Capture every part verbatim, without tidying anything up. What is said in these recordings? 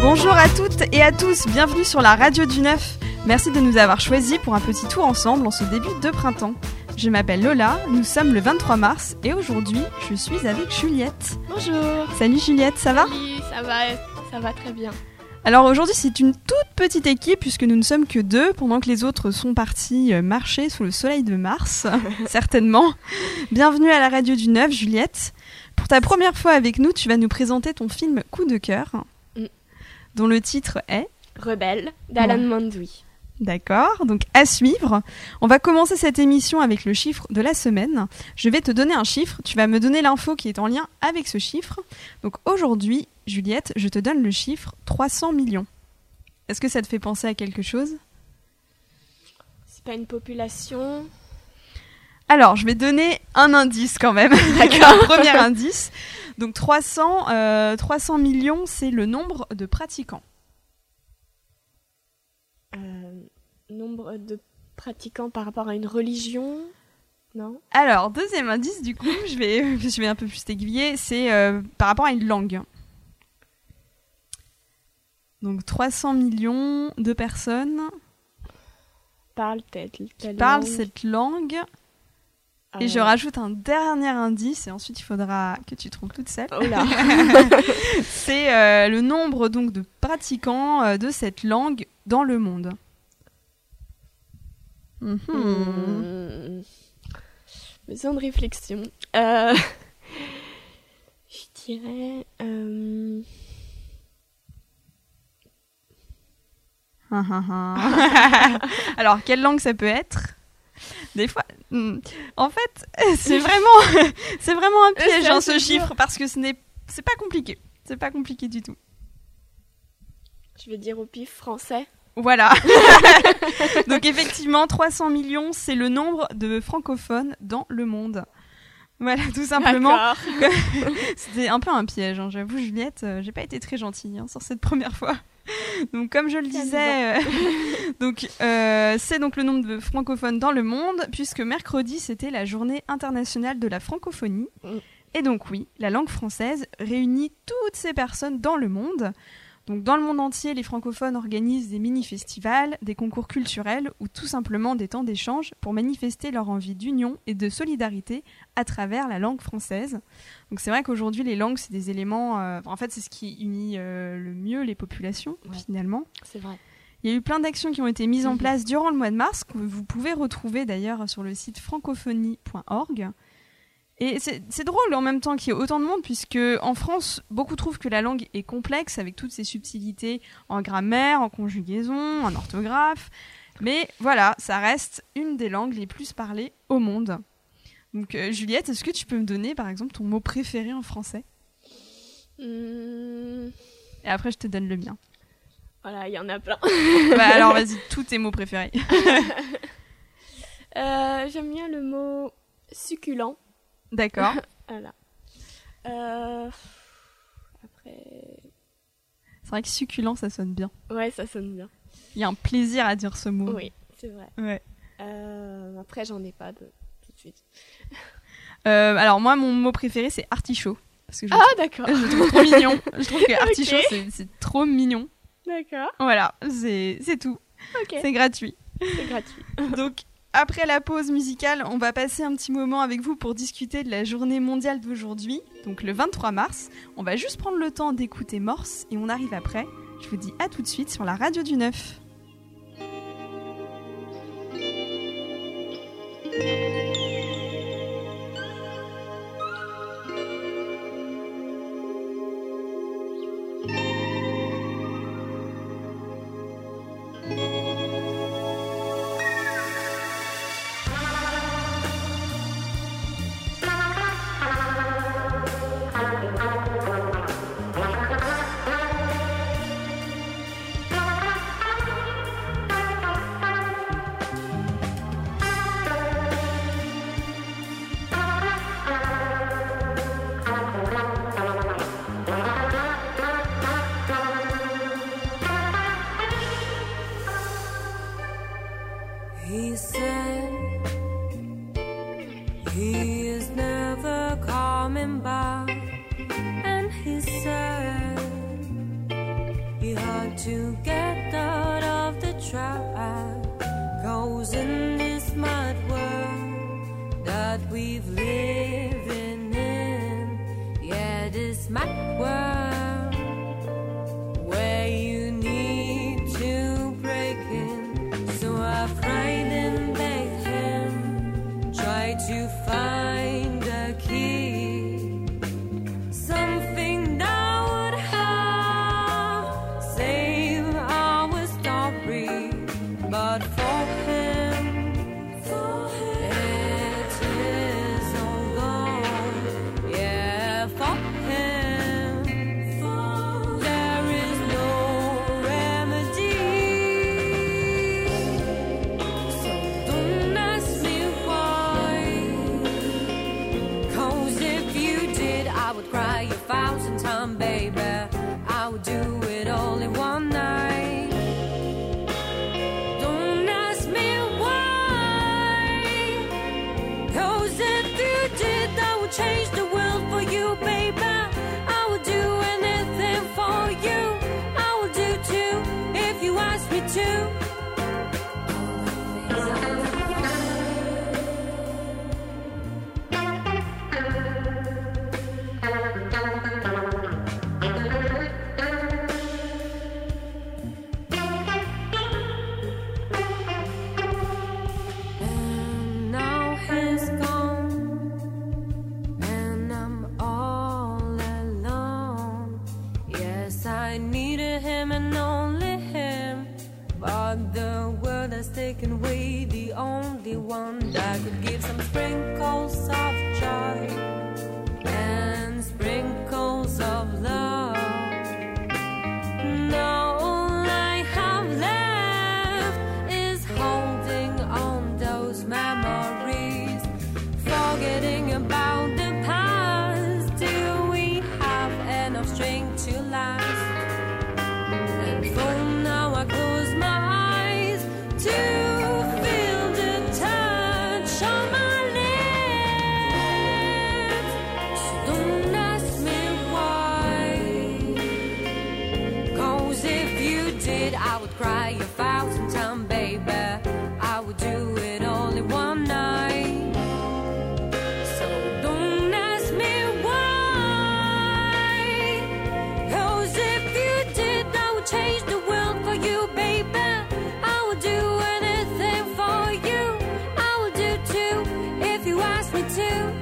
Bonjour à toutes et à tous, bienvenue sur la radio du neuf. Merci de nous avoir choisis pour un petit tour ensemble en ce début de printemps. Je m'appelle Lola, nous sommes le vingt-trois mars et aujourd'hui je suis avec Juliette. Bonjour. Salut Juliette, ça va ? Salut, ça va, ça va très bien. Alors aujourd'hui c'est une toute petite équipe puisque nous ne sommes que deux pendant que les autres sont partis marcher sous le soleil de Mars, certainement. Bienvenue à la radio du neuf Juliette. Pour ta première fois avec nous, tu vas nous présenter ton film Coup de cœur, mm. dont le titre est Rebelle d'Alan ouais. Mandoui. D'accord, donc à suivre. On va commencer cette émission avec le chiffre de la semaine. Je vais te donner un chiffre, tu vas me donner l'info qui est en lien avec ce chiffre. Donc aujourd'hui, Juliette, je te donne le chiffre trois cents millions. Est-ce que ça te fait penser à quelque chose ? C'est pas une population ? Alors, je vais donner un indice quand même. D'accord. Un premier indice. Donc trois cents, euh, trois cents millions, c'est le nombre de pratiquants. Euh, nombre de pratiquants par rapport à une religion, non ? Alors, deuxième indice, du coup, je vais, je vais un peu plus t'aiguiller, c'est euh, par rapport à une langue. Donc, trois cents millions de personnes parlent telle, telle parlent langue. cette langue. Euh... Et je rajoute un dernier indice, et ensuite il faudra que tu trouves toute seule. Oh là. C'est euh, le nombre donc de pratiquants euh, de cette langue dans le monde. Mm-hmm. Mmh. Besoin de réflexion. Euh... Je dirais... Euh... Alors, quelle langue ça peut être ? Des fois, en fait, c'est vraiment, c'est vraiment un piège hein, ce chiffre dur. Parce que ce n'est, c'est pas compliqué, c'est pas compliqué du tout. Je vais dire au pif français. Voilà. Donc effectivement, trois cents millions, c'est le nombre de francophones dans le monde. Voilà, tout simplement. C'était un peu un piège, hein. J'avoue, Juliette, euh, j'ai pas été très gentille hein, sur cette première fois. Donc comme je le disais, euh, donc, euh, c'est donc le nombre de francophones dans le monde, puisque mercredi c'était la journée internationale de la francophonie. Mm. Et donc oui, la langue française réunit toutes ces personnes dans le monde. Donc dans le monde entier, les francophones organisent des mini-festivals, des concours culturels ou tout simplement des temps d'échange pour manifester leur envie d'union et de solidarité à travers la langue française. Donc c'est vrai qu'aujourd'hui, les langues, c'est des éléments... Euh, en fait, c'est ce qui unit euh, le mieux les populations, ouais. Finalement. C'est vrai. Il y a eu plein d'actions qui ont été mises en place durant le mois de mars, que vous pouvez retrouver d'ailleurs sur le site francophonie point org. Et c'est, c'est drôle en même temps qu'il y ait autant de monde, puisque en France, beaucoup trouvent que la langue est complexe, avec toutes ses subtilités en grammaire, en conjugaison, en orthographe. Mais voilà, ça reste une des langues les plus parlées au monde. Donc euh, Juliette, est-ce que tu peux me donner par exemple ton mot préféré en français ? mmh... Et après je te donne le mien. Voilà, il y en a plein. Bah alors vas-y, tous tes mots préférés. euh, j'aime bien le mot succulent. D'accord. Voilà. Euh... Après... C'est vrai que succulent, ça sonne bien. Ouais, ça sonne bien. Il y a un plaisir à dire ce mot. Oui, c'est vrai. Ouais. Euh... Après, j'en ai pas de... tout de suite. Euh, alors moi, mon mot préféré, c'est artichaut. Parce que je ah, trouve... d'accord. Je le trouve trop mignon. Je trouve que artichaut, okay. c'est, c'est trop mignon. D'accord. Voilà, c'est, c'est tout. Okay. C'est gratuit. C'est gratuit. Donc, après la pause musicale, on va passer un petit moment avec vous pour discuter de la journée mondiale d'aujourd'hui, donc le vingt-trois mars. On va juste prendre le temps d'écouter Morse et on arrive après. Je vous dis à tout de suite sur la radio du neuf. He said he is never coming back, and he said he need to get out of the trap. Cause in this mad world that we've living in, yeah, this mad world where you need to break in. So I cried and begged him, tried to find a key, something that would have saved our story. But for him, for him, it is all gone. Yeah, for him, for there is no remedy. So don't ask me why, cause if you did, I would cry a thousand times, baby. I would do it all in one night. Change the world for you, baby. I will do anything for you. I will do too if you ask me to. And now he's gone. I needed him and only him, but the world has taken away the only one that could give some sprinkles of joy and sprinkles of love. Now all I have left is holding on those memories, forgetting about the past. Do we have enough strength to last? For now I close my eyes to feel the touch on my lips. So don't ask me why, cause if you did, I would cry a thousand times, baby. I would do it all in one night. So don't ask me why, cause if you did, I would change the world for you, baby. I will do anything for you. I will do too if you ask me to.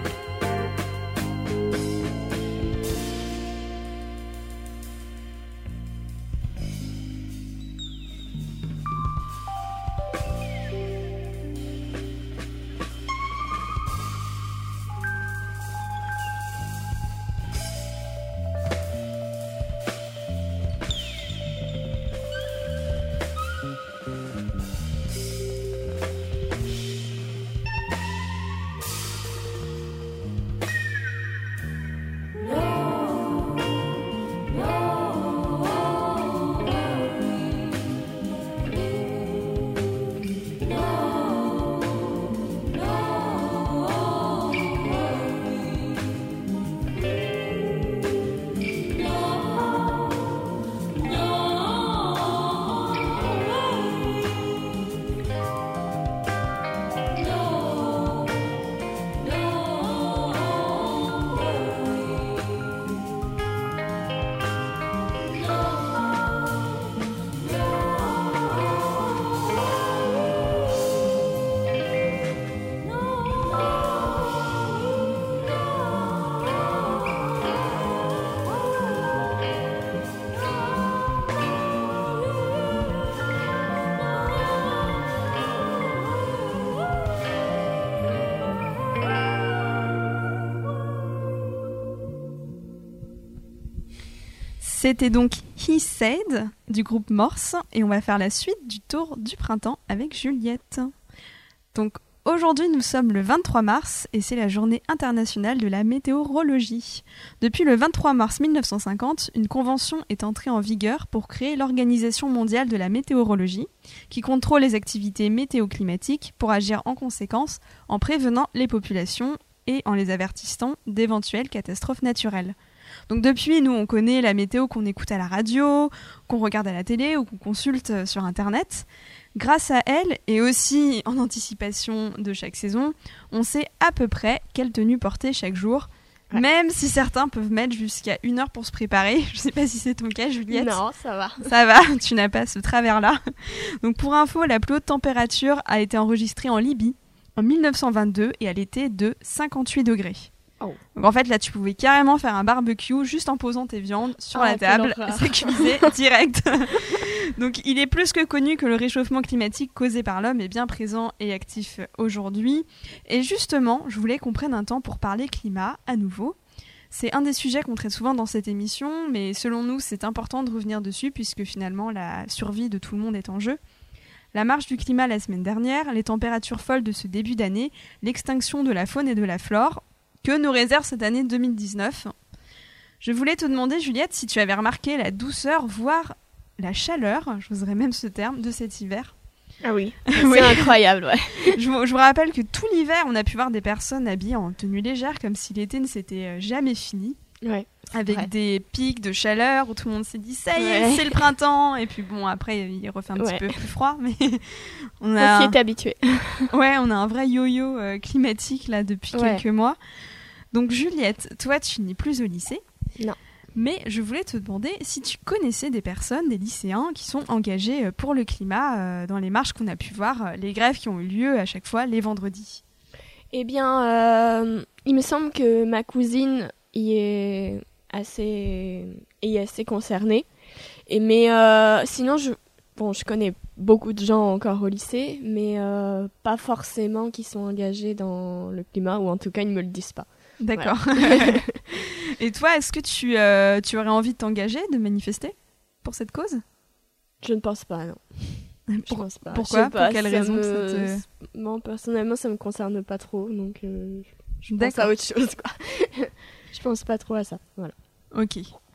C'était donc He Said du groupe Morse et on va faire la suite du tour du printemps avec Juliette. Donc aujourd'hui nous sommes le vingt-trois mars et c'est la journée internationale de la météorologie. Depuis le vingt-trois mars mille neuf cent cinquante, une convention est entrée en vigueur pour créer l'Organisation mondiale de la météorologie qui contrôle les activités météoclimatiques pour agir en conséquence en prévenant les populations et en les avertissant d'éventuelles catastrophes naturelles. Donc depuis, nous, on connaît la météo qu'on écoute à la radio, qu'on regarde à la télé ou qu'on consulte sur Internet. Grâce à elle, et aussi en anticipation de chaque saison, on sait à peu près quelle tenue porter chaque jour, ouais. Même si certains peuvent mettre jusqu'à une heure pour se préparer. Je ne sais pas si c'est ton cas, Juliette. Non, ça va. Ça va, tu n'as pas ce travers-là. Donc pour info, la plus haute température a été enregistrée en Libye en mille neuf cent vingt-deux et elle était de cinquante-huit degrés. Oh. Donc en fait, là, tu pouvais carrément faire un barbecue juste en posant tes viandes sur oh, la table. Ça cuisait direct. Donc il est plus que connu que le réchauffement climatique causé par l'homme est bien présent et actif aujourd'hui. Et justement, je voulais qu'on prenne un temps pour parler climat à nouveau. C'est un des sujets qu'on traite souvent dans cette émission, mais selon nous, c'est important de revenir dessus puisque finalement, la survie de tout le monde est en jeu. La marche du climat la semaine dernière, les températures folles de ce début d'année, l'extinction de la faune et de la flore, que nous réserve cette année deux mille dix-neuf. Je voulais te demander, Juliette, si tu avais remarqué la douceur, voire la chaleur, j'oserais même ce terme, de cet hiver. Ah oui, c'est oui. Incroyable, ouais. je, vous, je vous rappelle que tout l'hiver, on a pu voir des personnes habillées en tenue légère, comme si l'été ne s'était jamais fini. Ouais. Avec ouais. des pics de chaleur où tout le monde s'est dit ça y est, ouais. c'est le printemps. Et puis bon, après, il refait un petit ouais. peu plus froid. Mais on a. Qui est habitué. Ouais, on a un vrai yo-yo euh, climatique là depuis ouais. quelques mois. Donc Juliette, toi, tu n'es plus au lycée. Non. Mais je voulais te demander si tu connaissais des personnes, des lycéens qui sont engagés pour le climat euh, dans les marches qu'on a pu voir, euh, les grèves qui ont eu lieu à chaque fois les vendredis. Eh bien, euh, il me semble que ma cousine y est assez, y est assez concernée. Et mais euh, sinon, je, bon, je connais beaucoup de gens encore au lycée, mais euh, pas forcément qui sont engagés dans le climat, ou en tout cas, ils ne me le disent pas. D'accord. Voilà. Et toi, est-ce que tu, euh, tu aurais envie de t'engager, de manifester pour cette cause ? Je ne pense pas, non. Pour, je pense pas. Pourquoi ? Pas, pour quelle raison me... te... Moi, personnellement, ça me concerne pas trop, donc euh, je pense à autre chose, quoi. Je pense pas trop à ça, voilà. Ok.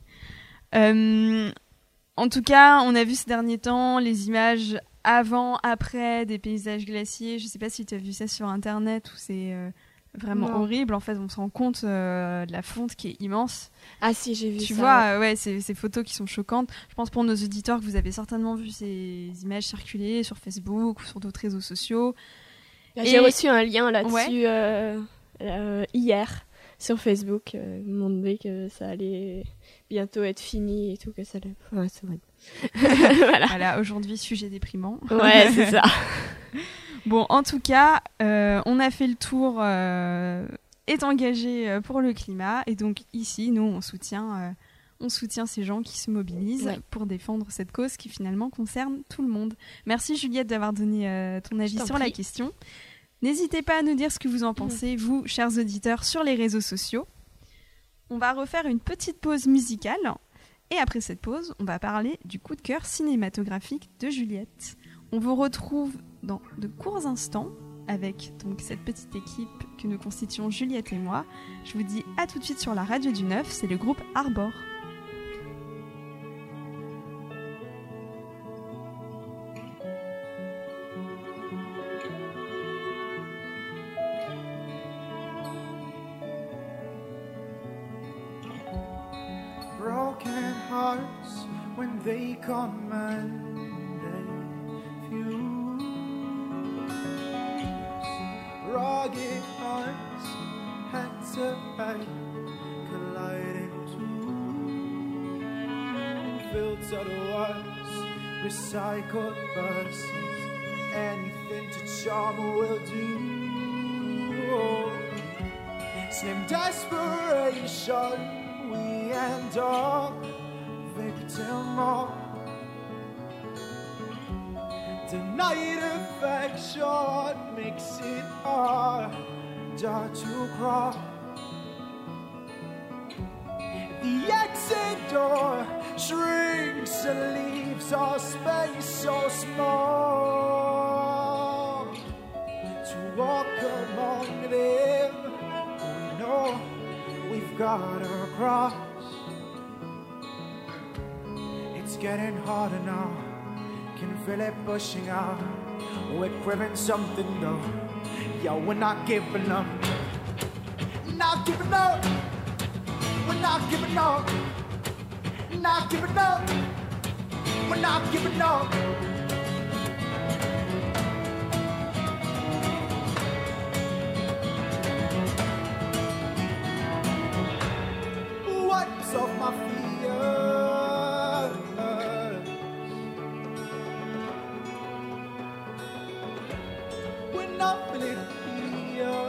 Euh, en tout cas, on a vu ces derniers temps les images avant, après des paysages glaciers. Je sais pas si tu as vu ça sur Internet où c'est... Euh, vraiment non. horrible. En fait, on se rend compte euh, de la fonte qui est immense. Ah si, j'ai vu tu ça. Tu vois, ouais, ouais ces, ces photos qui sont choquantes. Je pense pour nos auditeurs que vous avez certainement vu ces images circuler sur Facebook ou sur d'autres réseaux sociaux. Là, Et... J'ai reçu un lien là-dessus ouais. euh, euh, hier sur Facebook. Euh, ils m'ont dit que ça allait bientôt être fini et tout, que ça allait... Ouais, c'est vrai. voilà. Voilà, aujourd'hui, sujet déprimant. Ouais, c'est ça. Bon, en tout cas, euh, on a fait le tour, euh, est engagé pour le climat. Et donc ici, nous, on soutient, euh, on soutient ces gens qui se mobilisent ouais. pour défendre cette cause qui finalement concerne tout le monde. Merci Juliette d'avoir donné euh, ton avis sur prie. la question. N'hésitez pas à nous dire ce que vous en pensez, mmh. vous, chers auditeurs, sur les réseaux sociaux. On va refaire une petite pause musicale. Et après cette pause, on va parler du coup de cœur cinématographique de Juliette. On vous retrouve dans de courts instants avec donc cette petite équipe que nous constituons Juliette et moi. Je vous dis à tout de suite sur la radio du neuf, c'est le groupe Arbor. Broken hearts when they command rugged hearts had to hide, colliding too. Filtered words, recycled verses, anything to charm will do. Slim desperation, we end up victim of denied affection, makes it harder to cross. The exit door shrinks and leaves our space so small. To walk among them, we know we've got to cross. It's getting harder now. Can feel it pushing out. We're craving something though. Yeah, we're not giving up. Not giving up. We're We're not giving up. Not giving up. We're not giving up. Wipes off my fears. We're not feeling here.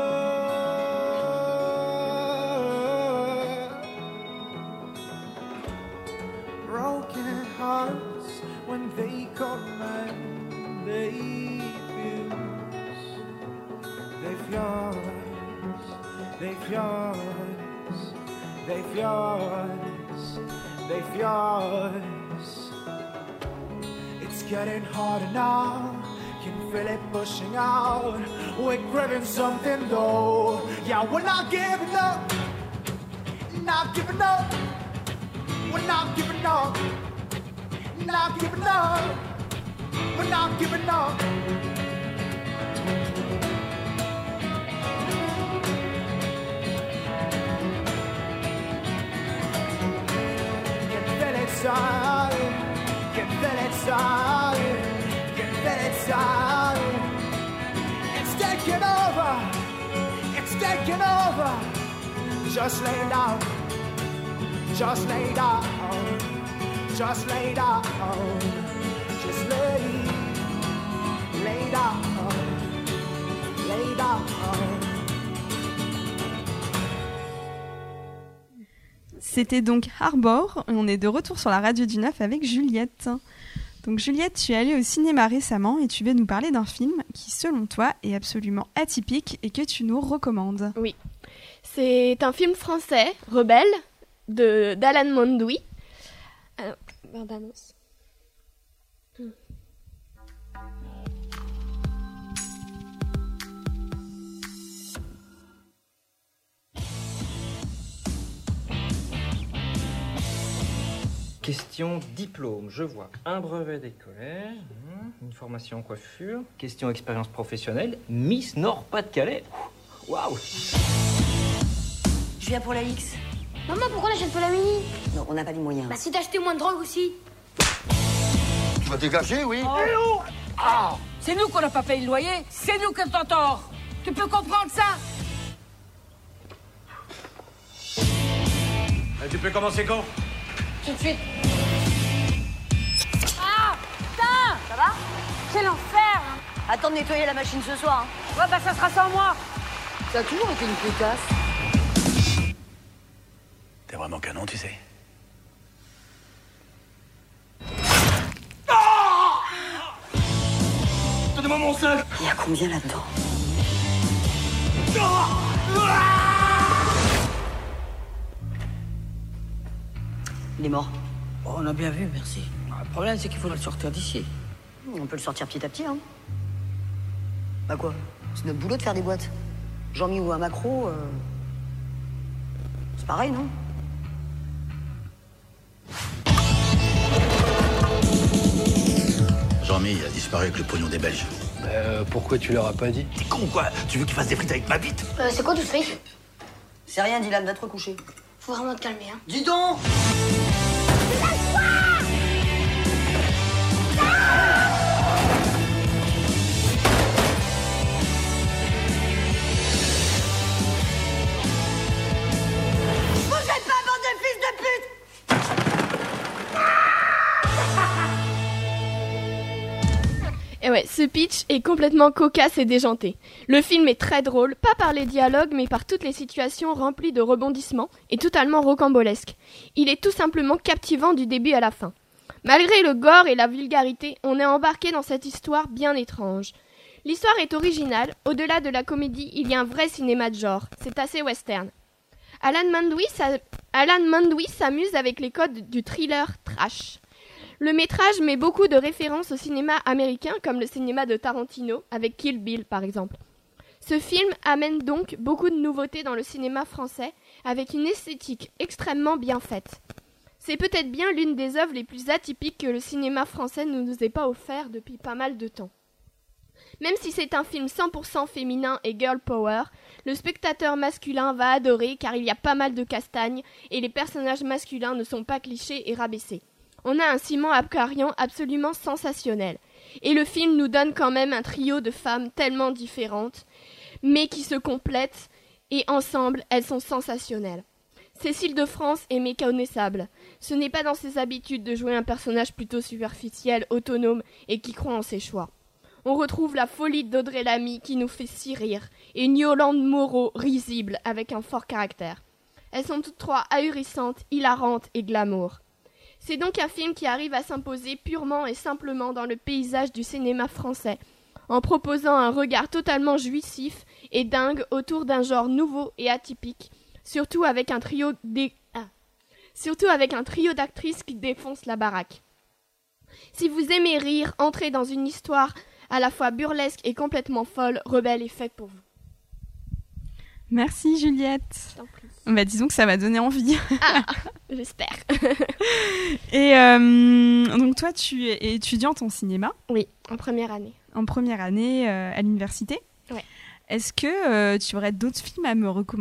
Broken hearts when they come and they fuse. They fuse. They fuse. They fuse. They fuse. It's getting harder now. Can feel it pushing out. We're craving something though. Yeah, we're not giving up. Not giving up. We're not giving up. Not giving up. We're not giving up. Can feel it inside. Can feel it inside. Can feel it inside. It's taking over. It's taking over. Just lay down. Just lay down, just lay down, just lay, lay down, lay down. C'était donc Harbor, et on est de retour sur la radio du neuf avec Juliette. Donc Juliette, tu es allée au cinéma récemment et tu vas nous parler d'un film qui, selon toi, est absolument atypique et que tu nous recommandes. Oui, c'est un film français, Rebelle, de d'Alan Mandoui. Alors, bande-annonce. Hmm. Question diplôme, je vois un brevet d'école, une formation en coiffure, question expérience professionnelle, Miss Nord-Pas-de-Calais. Waouh! Je viens pour la X. Maman, pourquoi on n'achète pas la Mini? Non, on n'a pas les moyens. Bah si d'acheter moins de drogue aussi. Tu vas dégager, oui. Oh. Ah, c'est nous qu'on n'a pas payé le loyer, c'est nous qui sommes tort. Tu peux comprendre ça? Et tu peux commencer quand? Tout de suite. Ah, putain! Ça va? Quel enfer, hein. Attends de nettoyer la machine ce soir. Hein. Ouais, bah ça sera sans moi. Ça a toujours été une pétasse. T'es vraiment canon, tu sais. Donnez-moi mon sac. Il y a combien là-dedans? Il est mort. Oh, on a bien vu, merci. Le problème, c'est qu'il faudra le sortir d'ici. On peut le sortir petit à petit, hein. Bah quoi? C'est notre boulot de faire des boîtes. Jean-Mi ou un macro, euh... c'est pareil, non? Jean-Mi a disparu avec le pognon des Belges. Euh, pourquoi tu leur as pas dit? T'es con, quoi? Tu veux qu'il fasse des frites avec ma bite? Euh, c'est quoi tout ce fric? C'est rien, Dylan, va te recoucher. Faut vraiment te calmer, hein. Dis donc! Et ouais, ce pitch est complètement cocasse et déjanté. Le film est très drôle, pas par les dialogues, mais par toutes les situations remplies de rebondissements et totalement rocambolesques. Il est tout simplement captivant du début à la fin. Malgré le gore et la vulgarité, on est embarqué dans cette histoire bien étrange. L'histoire est originale, au-delà de la comédie, il y a un vrai cinéma de genre, c'est assez western. Alan Mandoui, s'a... Alan Mandoui s'amuse avec les codes du thriller trash. Le métrage met beaucoup de références au cinéma américain, comme le cinéma de Tarantino, avec Kill Bill par exemple. Ce film amène donc beaucoup de nouveautés dans le cinéma français, avec une esthétique extrêmement bien faite. C'est peut-être bien l'une des œuvres les plus atypiques que le cinéma français ne nous ait pas offert depuis pas mal de temps. Même si c'est un film cent pour cent féminin et girl power, le spectateur masculin va adorer car il y a pas mal de castagnes et les personnages masculins ne sont pas clichés et rabaissés. On a un Simon Abkarian absolument sensationnel. Et le film nous donne quand même un trio de femmes tellement différentes, mais qui se complètent, et ensemble, elles sont sensationnelles. Cécile de France est méconnaissable. Ce n'est pas dans ses habitudes de jouer un personnage plutôt superficiel, autonome, et qui croit en ses choix. On retrouve la folie d'Audrey Lamy qui nous fait si rire, et une Yolande Moreau risible avec un fort caractère. Elles sont toutes trois ahurissantes, hilarantes et glamour. C'est donc un film qui arrive à s'imposer purement et simplement dans le paysage du cinéma français, en proposant un regard totalement jouissif et dingue autour d'un genre nouveau et atypique, surtout avec un trio d'é- ah. surtout avec un trio d'actrices qui défoncent la baraque. Si vous aimez rire, entrez dans une histoire à la fois burlesque et complètement folle, Rebelle est faite pour vous. Merci Juliette. Je t'en prie. Bah, disons que ça m'a donné envie. Ah, j'espère. Et euh, donc toi, tu es étudiante en cinéma. Oui, en première année. En première année euh, à l'université. Ouais. Est-ce que euh, tu aurais d'autres films à me recommander ?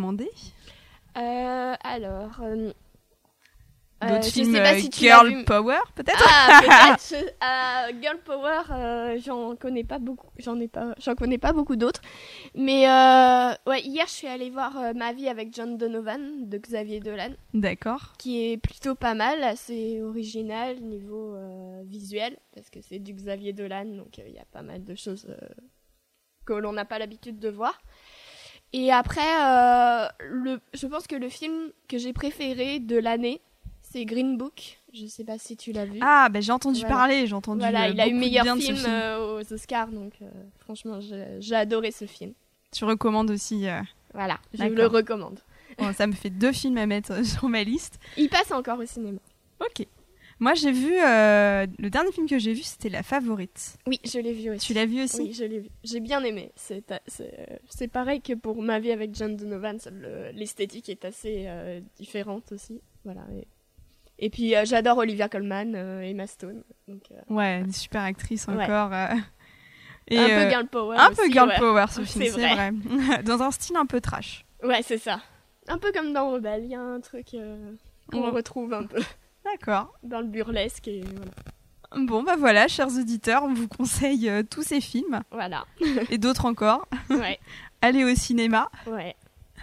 euh, Alors... Euh... D'autres Euh, films je sais pas euh, si tu Girl l'as vu. Power, peut-être ? Ah, peut-être. Je- euh, Girl Power, euh, j'en connais pas beaucoup. J'en ai pas. J'en connais pas beaucoup d'autres. Mais euh, ouais, hier je suis allée voir euh, Ma vie avec John Donovan de Xavier Dolan, D'accord. qui est plutôt pas mal, assez original niveau euh, visuel, parce que c'est du Xavier Dolan, donc il euh, y a pas mal de choses euh, que l'on n'a pas l'habitude de voir. Et après, euh, le, je pense que le film que j'ai préféré de l'année, c'est Green Book. Je sais pas si tu l'as vu. Ah, bah, j'ai entendu Voilà. parler, j'ai entendu Voilà, euh, il a eu beaucoup de meilleur bien de ce film, film. euh, aux Oscars, donc euh, franchement, j'ai, j'ai adoré ce film. Tu recommandes aussi euh, Voilà, je D'accord. le recommande. bon, ça me fait deux films à mettre sur ma liste. Il passe encore au cinéma. Ok. Moi, j'ai vu... euh, le dernier film que j'ai vu, c'était La Favorite. Oui, je l'ai vu aussi. Tu l'as vu aussi ? Oui, je l'ai vu. J'ai bien aimé. C'est, c'est, c'est pareil que pour Ma vie avec John Donovan. Le, l'esthétique est assez euh, différente aussi. Voilà. Et, et puis, euh, j'adore Olivia Colman, euh, Emma Stone. Donc, euh, Ouais, une super actrice Ouais. encore. euh, Et un euh, peu girl power Un aussi, peu girl ouais. power, ce film, C'est c'est vrai. vrai. Dans un style un peu trash. Ouais, c'est ça. Un peu comme dans Rebelle. Il y a un truc euh, qu'on Ouais. retrouve un peu D'accord. dans le burlesque. Et voilà. Bon, bah voilà, chers auditeurs, on vous conseille euh, tous ces films. Voilà. Et d'autres encore. Ouais. Allez au cinéma. Ouais.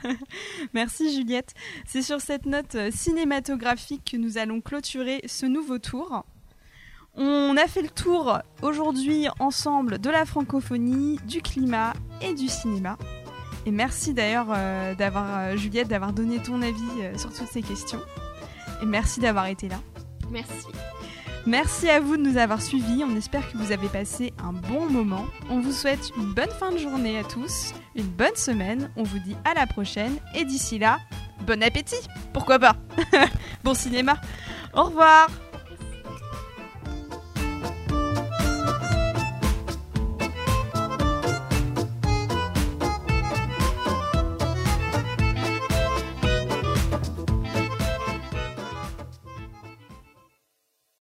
Merci Juliette. C'est sur cette note euh, cinématographique que nous allons clôturer ce nouveau tour. On a fait le tour aujourd'hui ensemble de la francophonie, du climat et du cinéma. Et merci d'ailleurs euh, d'avoir euh, Juliette d'avoir donné ton avis euh, sur toutes ces questions. Et merci d'avoir été là. Merci. Merci à vous de nous avoir suivis. On espère que vous avez passé un bon moment. On vous souhaite une bonne fin de journée à tous, une bonne semaine. On vous dit à la prochaine. Et d'ici là, bon appétit. Pourquoi pas. Bon cinéma. Au revoir.